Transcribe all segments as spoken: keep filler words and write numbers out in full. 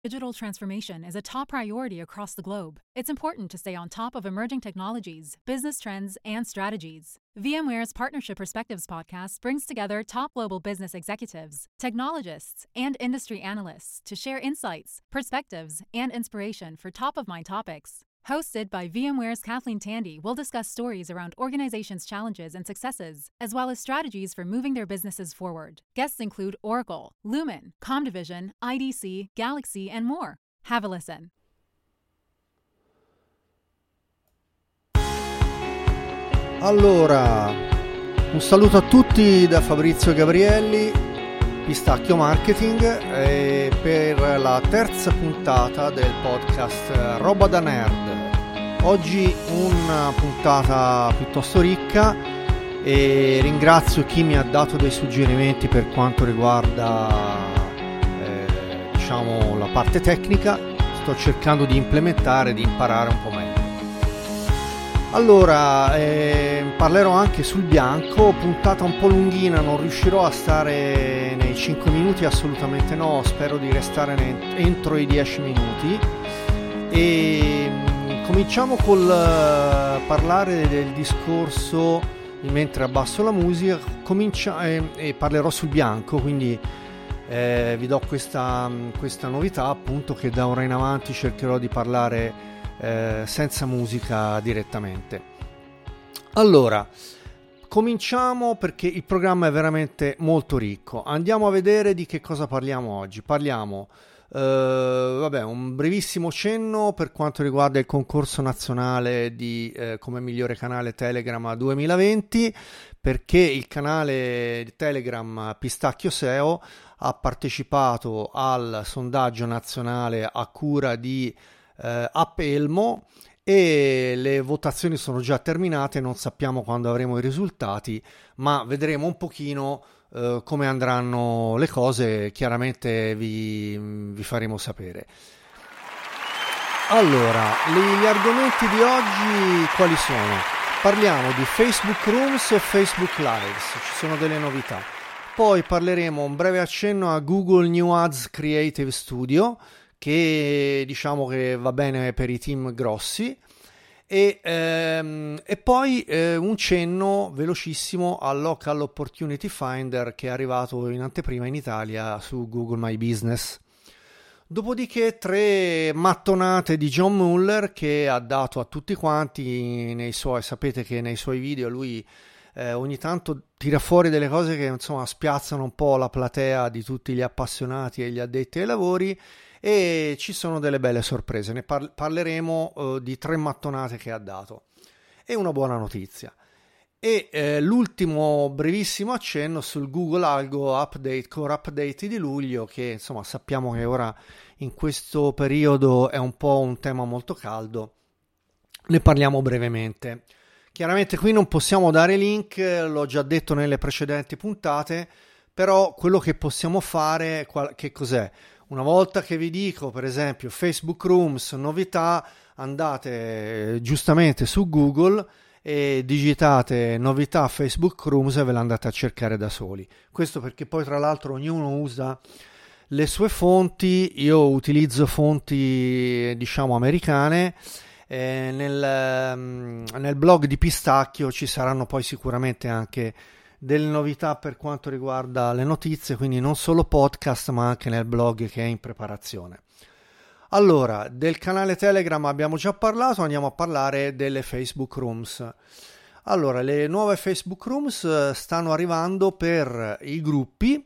Digital transformation is a top priority across the globe. It's important to stay on top of emerging technologies, business trends, and strategies. VMware's Partnership Perspectives podcast brings together top global business executives, technologists, and industry analysts to share insights, perspectives, and inspiration for top-of-mind topics. Hosted by VMware's Kathleen Tandy, we'll discuss stories around organizations' challenges and successes, as well as strategies for moving their businesses forward. Guests include Oracle, Lumen, ComDivision, I D C, Galaxy, and more. Have a listen. Allora, un saluto a tutti da Fabrizio Gabrielli, Pistacchio Marketing, e per la terza puntata del podcast Roba da Nerd. Oggi una puntata piuttosto ricca e ringrazio chi mi ha dato dei suggerimenti per quanto riguarda eh, diciamo la parte tecnica. Sto cercando di implementare, di imparare un po' meglio. Allora, eh, parlerò anche sul bianco, puntata un po' lunghina, non riuscirò a stare nei cinque minuti, assolutamente no, spero di restare ne- entro i dieci minuti. E mh, cominciamo col uh, parlare del discorso, mentre abbasso la musica, comincia, eh, e parlerò sul bianco, quindi eh, vi do questa, questa novità, appunto, che da ora in avanti cercherò di parlare Eh, senza musica direttamente. Allora, cominciamo perché il programma è veramente molto ricco. Andiamo a vedere di che cosa parliamo oggi. Parliamo, eh, vabbè, un brevissimo cenno per quanto riguarda il concorso nazionale di eh, come migliore canale Telegram duemilaventi, perché il canale Telegram Pistacchio S E O ha partecipato al sondaggio nazionale a cura di Uh, App Elmo e le votazioni sono già terminate, non sappiamo quando avremo i risultati, ma vedremo un pochino uh, come andranno le cose, chiaramente vi, vi faremo sapere. Allora, gli, gli argomenti di oggi quali sono? Parliamo di Facebook Rooms e Facebook Lives, ci sono delle novità. Poi parleremo un breve accenno a Google New Ads Creative Studio, che diciamo che va bene per i team grossi, e, ehm, e poi eh, un cenno velocissimo al Local Opportunity Finder che è arrivato in anteprima in Italia su Google My Business. Dopodiché tre mattonate di John Mueller che ha dato a tutti quanti nei suoi, sapete che nei suoi video lui eh, ogni tanto tira fuori delle cose che insomma spiazzano un po' la platea di tutti gli appassionati e gli addetti ai lavori, e ci sono delle belle sorprese. Ne par- parleremo uh, di tre mattonate che ha dato e una buona notizia, e eh, l'ultimo brevissimo accenno sul Google Algo Update Core Update di luglio, che insomma sappiamo che ora in questo periodo è un po' un tema molto caldo. Ne parliamo brevemente. Chiaramente qui non possiamo dare link, l'ho già detto nelle precedenti puntate, però quello che possiamo fare, qual- che cos'è? Una volta che vi dico, per esempio, Facebook Rooms, novità, andate giustamente su Google e digitate novità Facebook Rooms e ve la andate a cercare da soli. Questo perché poi tra l'altro ognuno usa le sue fonti, io utilizzo fonti diciamo americane, eh, nel, nel blog di Pistacchio ci saranno poi sicuramente anche delle novità per quanto riguarda le notizie, quindi non solo podcast ma anche nel blog che è in preparazione. Allora, del canale Telegram abbiamo già parlato, andiamo a parlare delle Facebook Rooms. Allora, le nuove Facebook Rooms stanno arrivando per i gruppi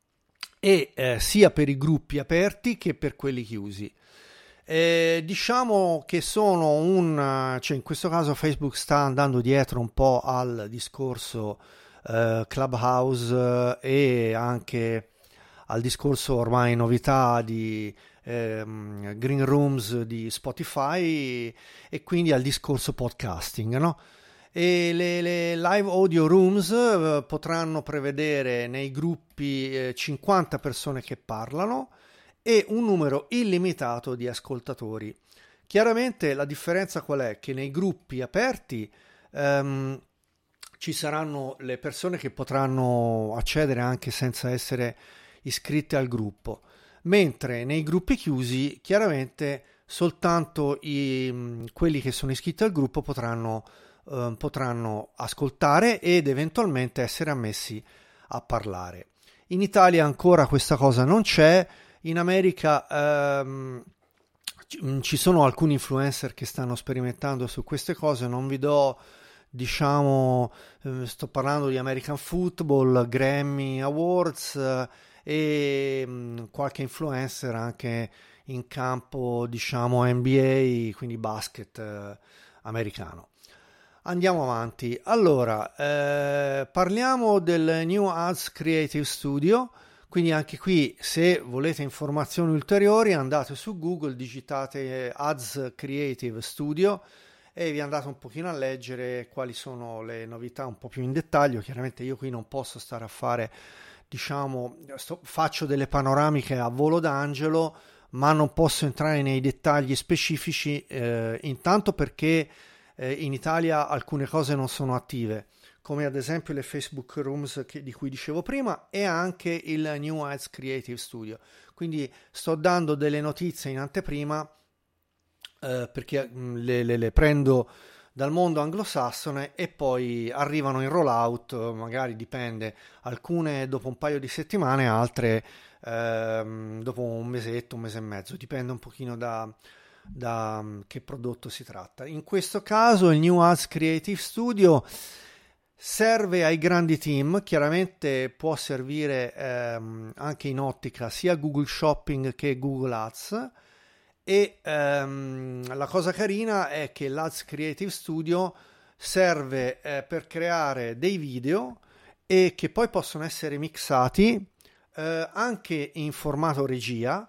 e eh, sia per i gruppi aperti che per quelli chiusi. Eh, diciamo che sono un, cioè in questo caso Facebook sta andando dietro un po' al discorso Uh, Clubhouse uh, e anche al discorso ormai novità di um, Green Rooms di Spotify, e quindi al discorso podcasting, no? E le, le live audio rooms uh, potranno prevedere nei gruppi uh, cinquanta persone che parlano e un numero illimitato di ascoltatori. Chiaramente la differenza qual è? Che nei gruppi aperti um, ci saranno le persone che potranno accedere anche senza essere iscritte al gruppo. mentre nei gruppi chiusi chiaramente soltanto i, quelli che sono iscritti al gruppo potranno, eh, potranno ascoltare ed eventualmente essere ammessi a parlare. In Italia ancora questa cosa non c'è, in America ehm, ci sono alcuni influencer che stanno sperimentando su queste cose, non vi do, diciamo, eh, sto parlando di American Football, Grammy Awards eh, e mh, qualche influencer anche in campo, diciamo, N B A, quindi basket eh, americano. Andiamo avanti. Allora, eh, parliamo del New Ads Creative Studio. Quindi anche qui, se volete informazioni ulteriori, andate su Google, digitate Ads Creative Studio e vi andate un pochino a leggere quali sono le novità un po' più in dettaglio. Chiaramente io qui non posso stare a fare, diciamo, sto, faccio delle panoramiche a volo d'angelo, ma non posso entrare nei dettagli specifici, eh, intanto perché eh, in Italia alcune cose non sono attive, come ad esempio le Facebook Rooms che, di cui dicevo prima, e anche il New Ads Creative Studio. Quindi sto dando delle notizie in anteprima eh, perché mh, le, le, le prendo dal mondo anglosassone e poi arrivano in rollout, magari dipende, alcune dopo un paio di settimane, altre ehm, dopo un mesetto, un mese e mezzo, dipende un pochino da, da che prodotto si tratta. In questo caso il New Ads Creative Studio serve ai grandi team, chiaramente può servire ehm, anche in ottica sia Google Shopping che Google Ads, e ehm, la cosa carina è che l'Ads Creative Studio serve eh, per creare dei video e che poi possono essere mixati eh, anche in formato regia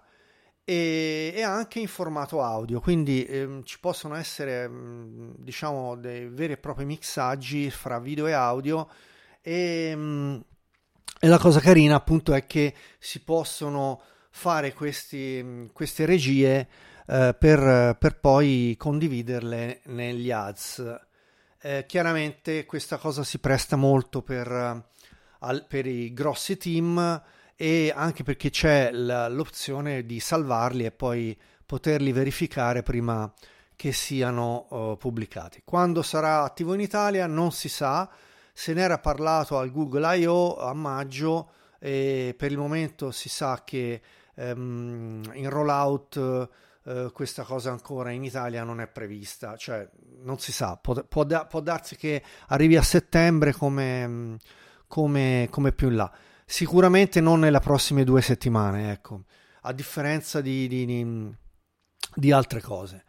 e, e anche in formato audio, quindi ehm, ci possono essere mh, diciamo dei veri e propri mixaggi fra video e audio e, mh, e la cosa carina appunto è che si possono fare questi, queste regie eh, per, per poi condividerle negli ads. Eh, chiaramente questa cosa si presta molto per, al, per i grossi team, e anche perché c'è la, l'opzione di salvarli e poi poterli verificare prima che siano uh, pubblicati. Quando sarà attivo in Italia non si sa, se n'era parlato al Google I O a maggio e per il momento si sa che um, in rollout uh, questa cosa ancora in Italia non è prevista, cioè non si sa, può, può, da, può darsi che arrivi a settembre come, come, come più in là. Sicuramente non nelle prossime due settimane, ecco, a differenza di, di, di, di altre cose.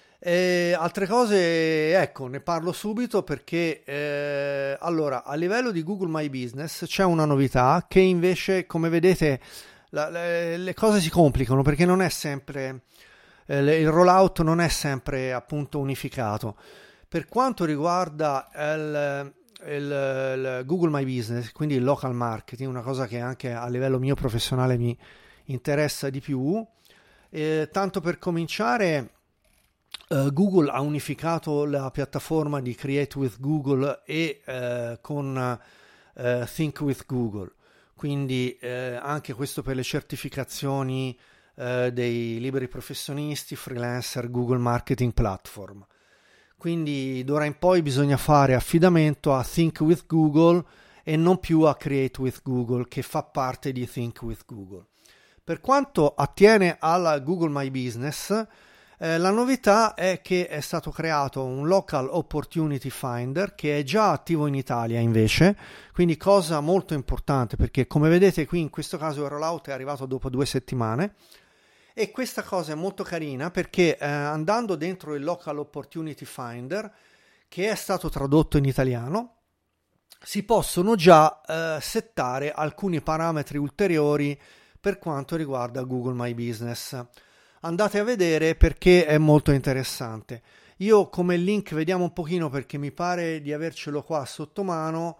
E altre cose, ecco, ne parlo subito perché, eh, allora, a livello di Google My Business c'è una novità che invece, come vedete, la, le, le cose si complicano perché non è sempre, eh, il rollout non è sempre appunto unificato. Per quanto riguarda il... Il, il Google My Business, quindi il local marketing, una cosa che anche a livello mio professionale mi interessa di più, eh, tanto per cominciare eh, Google ha unificato la piattaforma di Create with Google e eh, con eh, Think with Google, quindi eh, anche questo per le certificazioni eh, dei liberi professionisti, freelancer, Google Marketing Platform. Quindi d'ora in poi bisogna fare affidamento a Think with Google e non più a Create with Google, che fa parte di Think with Google. Per quanto attiene alla Google My Business, eh, la novità è che è stato creato un Local Opportunity Finder che è già attivo in Italia invece, quindi cosa molto importante perché come vedete qui in questo caso il rollout è arrivato dopo due settimane. E questa cosa è molto carina perché eh, andando dentro il Local Opportunity Finder, che è stato tradotto in italiano, si possono già eh, settare alcuni parametri ulteriori per quanto riguarda Google My Business. Andate a vedere perché è molto interessante. Io come link vediamo un pochino perché mi pare di avercelo qua sotto mano.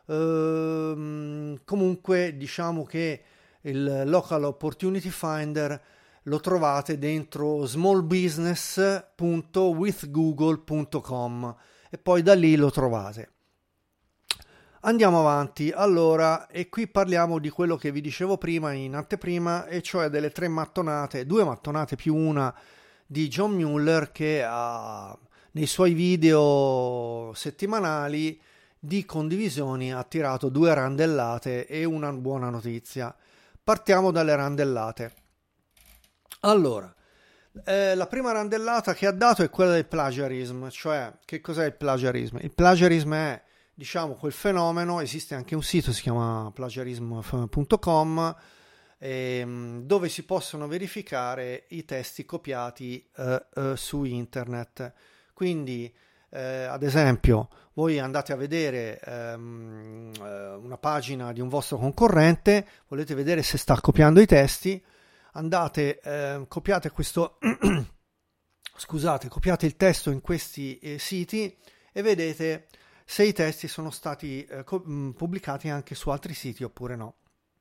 Ehm, comunque diciamo che il Local Opportunity Finder lo trovate dentro small business punto with google punto com e poi da lì lo trovate. Andiamo avanti, allora, e qui parliamo di quello che vi dicevo prima in anteprima, e cioè delle tre mattonate, due mattonate più una di John Mueller, che ha nei suoi video settimanali di condivisioni ha tirato due randellate e una buona notizia. Partiamo dalle randellate. Allora, eh, la prima randellata che ha dato è quella del plagiarism, cioè che cos'è il plagiarism? Il plagiarism è, diciamo, quel fenomeno, esiste anche un sito, si chiama plagiarism punto com, ehm, dove si possono verificare i testi copiati eh, eh, su internet. Quindi, eh, ad esempio, voi andate a vedere ehm, una pagina di un vostro concorrente, volete vedere se sta copiando i testi, andate, eh, copiate questo, scusate, copiate il testo in questi eh, siti e vedete se i testi sono stati eh, co- pubblicati anche su altri siti oppure no.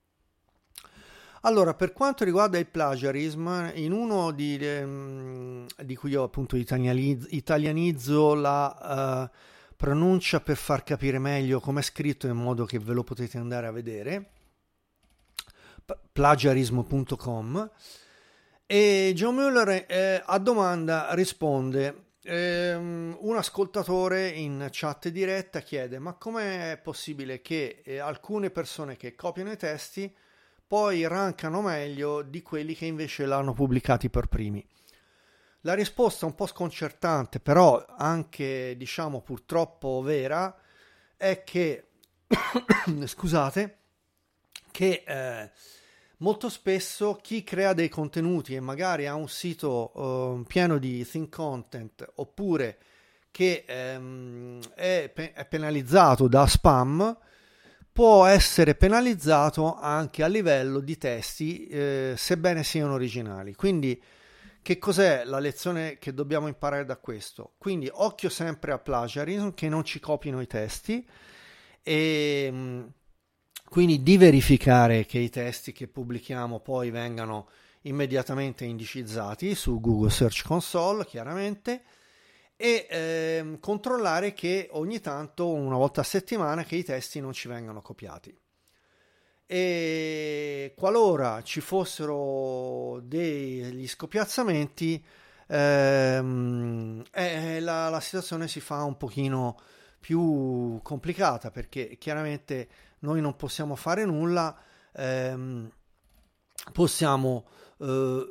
Allora, per quanto riguarda il plagiarism, in uno di, ehm, di cui io appunto italianizzo, italianizzo la uh, pronuncia per far capire meglio come è scritto, in modo che ve lo potete andare a vedere, plagiarism punto com, e John Mueller eh, a domanda risponde, ehm, un ascoltatore in chat diretta chiede: ma com'è possibile che eh, alcune persone che copiano i testi poi rankano meglio di quelli che invece l'hanno pubblicati per primi? La risposta un po' sconcertante, però anche, diciamo, purtroppo vera, è che scusate, che eh, molto spesso chi crea dei contenuti e magari ha un sito uh, pieno di thin content, oppure che ehm, è, pe- è penalizzato da spam, può essere penalizzato anche a livello di testi, eh, sebbene siano originali. Quindi che cos'è la lezione che dobbiamo imparare da questo? Quindi occhio sempre a plagiarism, che non ci copino i testi, e quindi di verificare che i testi che pubblichiamo poi vengano immediatamente indicizzati su Google Search Console, chiaramente, e ehm, controllare che ogni tanto, una volta a settimana, che i testi non ci vengano copiati. E qualora ci fossero degli scopiazzamenti, ehm, eh, la, la situazione si fa un pochino più complicata, perché chiaramente noi non possiamo fare nulla, ehm, possiamo eh,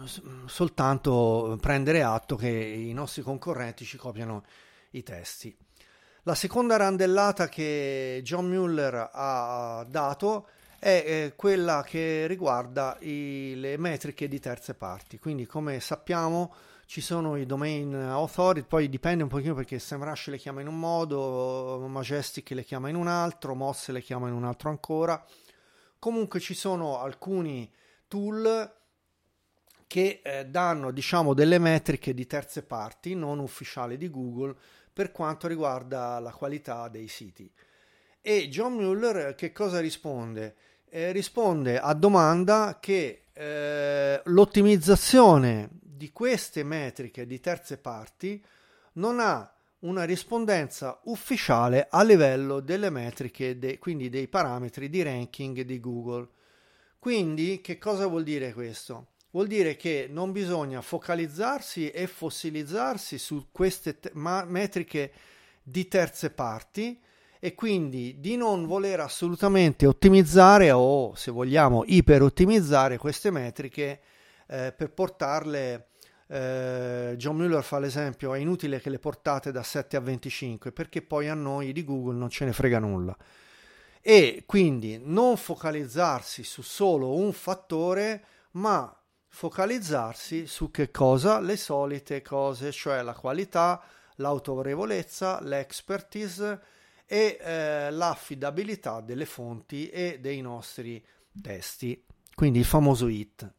soltanto prendere atto che i nostri concorrenti ci copiano i testi. La seconda randellata che John Mueller ha dato è eh, quella che riguarda i, le metriche di terze parti. Quindi, come sappiamo, ci sono i domain authority, poi dipende un pochino, perché SEMrush le chiama in un modo, Majestic le chiama in un altro, Moz le chiama in un altro ancora. Comunque ci sono alcuni tool che eh, danno, diciamo, delle metriche di terze parti non ufficiali di Google per quanto riguarda la qualità dei siti. E John Mueller che cosa risponde? Eh, risponde a domanda che eh, l'ottimizzazione di queste metriche di terze parti non ha una rispondenza ufficiale a livello delle metriche, de, quindi dei parametri di ranking di Google. Quindi che cosa vuol dire questo? Vuol dire che non bisogna focalizzarsi e fossilizzarsi su queste te- ma- metriche di terze parti, e quindi di non voler assolutamente ottimizzare, o se vogliamo iper ottimizzare queste metriche eh, per portarle, eh, John Mueller fa l'esempio, è inutile che le portate da sette a venticinque, perché poi a noi di Google non ce ne frega nulla. E quindi non focalizzarsi su solo un fattore, ma focalizzarsi su che cosa? Le solite cose, cioè la qualità, l'autorevolezza, l'expertise e eh, l'affidabilità delle fonti e dei nostri testi, quindi il famoso I T.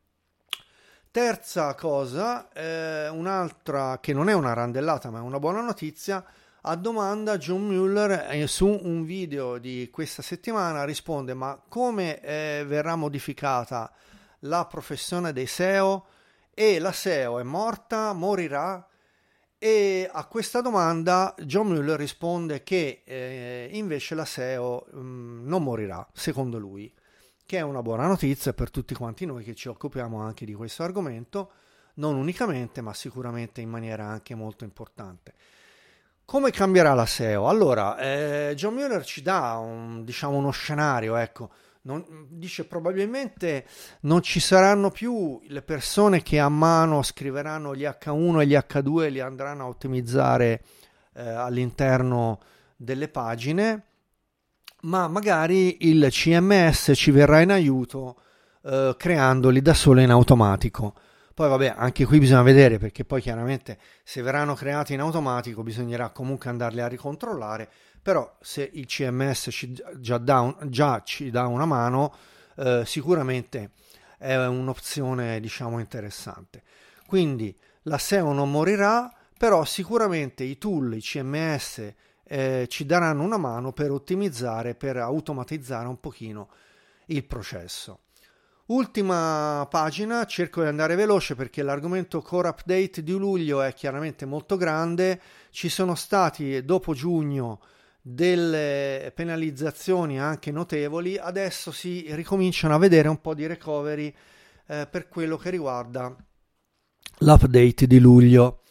Terza cosa, eh, un'altra che non è una randellata ma è una buona notizia. A domanda John Mueller eh, su un video di questa settimana risponde: ma come eh, verrà modificata la professione dei S E O? E la S E O è morta, morirà? E a questa domanda John Mueller risponde che eh, invece la S E O mh, non morirà, secondo lui, che è una buona notizia per tutti quanti noi che ci occupiamo anche di questo argomento, non unicamente, ma sicuramente in maniera anche molto importante. Come cambierà la S E O? Allora, eh, John Mueller ci dà un, diciamo, uno scenario, ecco. Non, dice probabilmente non ci saranno più le persone che a mano scriveranno gli acca uno e gli acca due e li andranno a ottimizzare eh, all'interno delle pagine, ma magari il C M S ci verrà in aiuto eh, creandoli da solo in automatico. Poi vabbè, anche qui bisogna vedere, perché poi chiaramente se verranno creati in automatico bisognerà comunque andarli a ricontrollare, però se il C M S ci, già, dà un, già ci dà una mano, eh, sicuramente è un'opzione, diciamo, interessante. Quindi la S E O non morirà, però sicuramente i tool, i C M S eh, ci daranno una mano per ottimizzare, per automatizzare un pochino il processo. Ultima pagina, cerco di andare veloce perché l'argomento Core Update di luglio è chiaramente molto grande. Ci sono stati dopo giugno delle penalizzazioni anche notevoli, adesso si ricominciano a vedere un po' di recovery eh, per quello che riguarda l'update di luglio.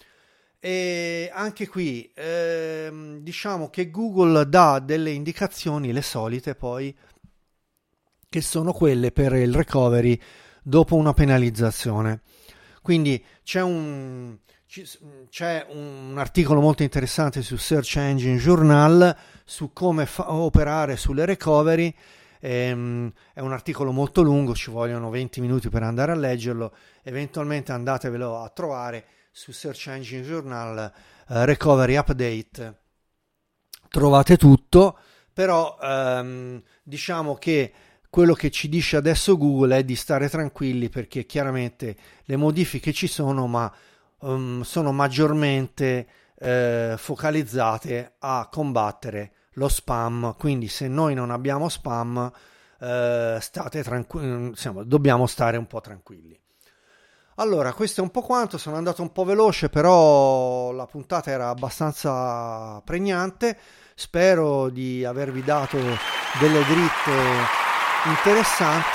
E anche qui eh, diciamo che Google dà delle indicazioni, le solite poi, che sono quelle per il recovery dopo una penalizzazione. Quindi c'è un, c'è un articolo molto interessante su Search Engine Journal su come fa- operare sulle recovery. Ehm, è un articolo molto lungo, ci vogliono venti minuti per andare a leggerlo, eventualmente andatevelo a trovare su Search Engine Journal, eh, Recovery Update, trovate tutto, però ehm, diciamo che quello che ci dice adesso Google è di stare tranquilli, perché chiaramente le modifiche ci sono, ma um, sono maggiormente eh, focalizzate a combattere lo spam. Quindi se noi non abbiamo spam, eh, state tranquilli, insomma, dobbiamo stare un po' tranquilli. Allora, questo è un po' quanto, sono andato un po' veloce, però la puntata era abbastanza pregnante. Spero di avervi dato delle dritte interessanti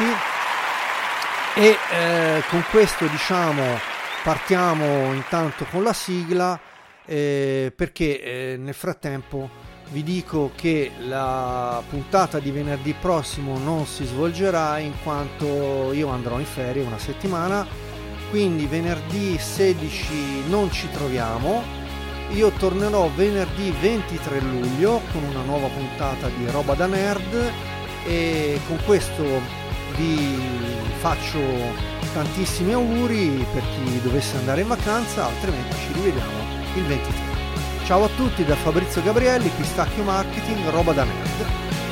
e eh, con questo, diciamo, partiamo intanto con la sigla, eh, perché eh, nel frattempo vi dico che la puntata di venerdì prossimo non si svolgerà in quanto io andrò in ferie una settimana, quindi venerdì sedici non ci troviamo. Io tornerò venerdì ventitré luglio con una nuova puntata di Roba da Nerd. E con questo vi faccio tantissimi auguri per chi dovesse andare in vacanza, altrimenti ci rivediamo il ventitré. Ciao a tutti da Fabrizio Gabrielli, Pistacchio Marketing, Roba da Nerd.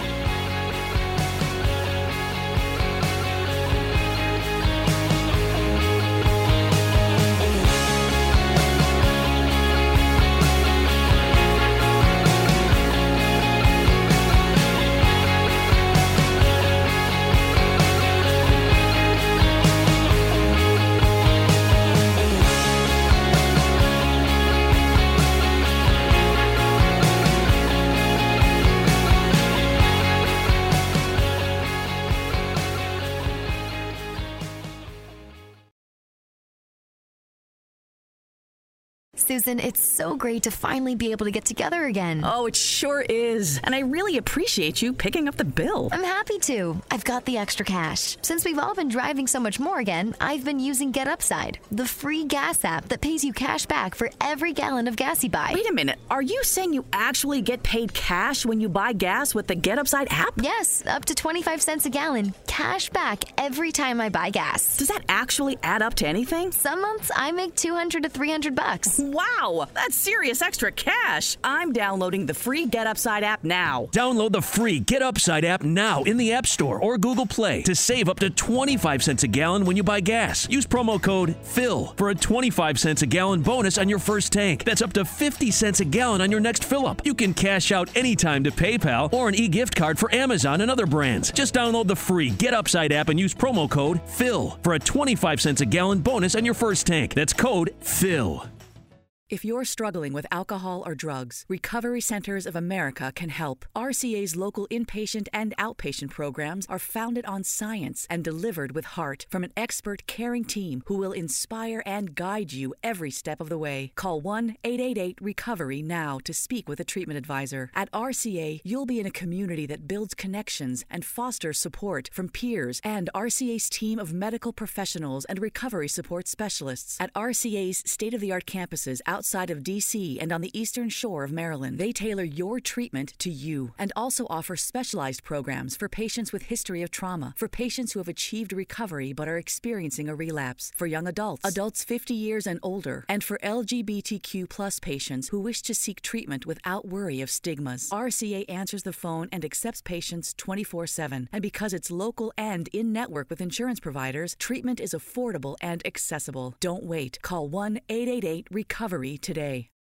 Susan, it's so great to finally be able to get together again. Oh, it sure is. And I really appreciate you picking up the bill. I'm happy to. I've got the extra cash. Since we've all been driving so much more again, I've been using Get Upside, the free gas app that pays you cash back for every gallon of gas you buy. Wait a minute. Are you saying you actually get paid cash when you buy gas with the Get Upside app? Yes, up to twenty-five cents a gallon. Cash back every time I buy gas. Does that actually add up to anything? Some months I make two hundred to three hundred bucks. Wow, that's serious extra cash. I'm downloading the free Get Upside app now. Download the free Get Upside app now in the App Store or Google Play to save up to twenty-five cents a gallon when you buy gas. Use promo code PHIL for a twenty-five cents a gallon bonus on your first tank. That's up to fifty cents a gallon on your next fill-up. You can cash out anytime to PayPal or an e-gift card for Amazon and other brands. Just download the free Get Upside app and use promo code PHIL for a twenty-five cents a gallon bonus on your first tank. That's code PHIL. If you're struggling with alcohol or drugs, Recovery Centers of America can help. R C A's local inpatient and outpatient programs are founded on science and delivered with heart from an expert, caring team who will inspire and guide you every step of the way. Call one eight eight eight recovery now to speak with a treatment advisor. At R C A, you'll be in a community that builds connections and fosters support from peers and R C A's team of medical professionals and recovery support specialists. At R C A's state-of-the-art campuses outside of D C and on the eastern shore of Maryland, they tailor your treatment to you and also offer specialized programs for patients with history of trauma, for patients who have achieved recovery but are experiencing a relapse, for young adults, adults fifty years and older, and for L G B T Q plus patients who wish to seek treatment without worry of stigmas. R C A answers the phone and accepts patients twenty-four seven, and because it's local and in-network with insurance providers, treatment is affordable and accessible. Don't wait. Call one eight eight eight recovery today.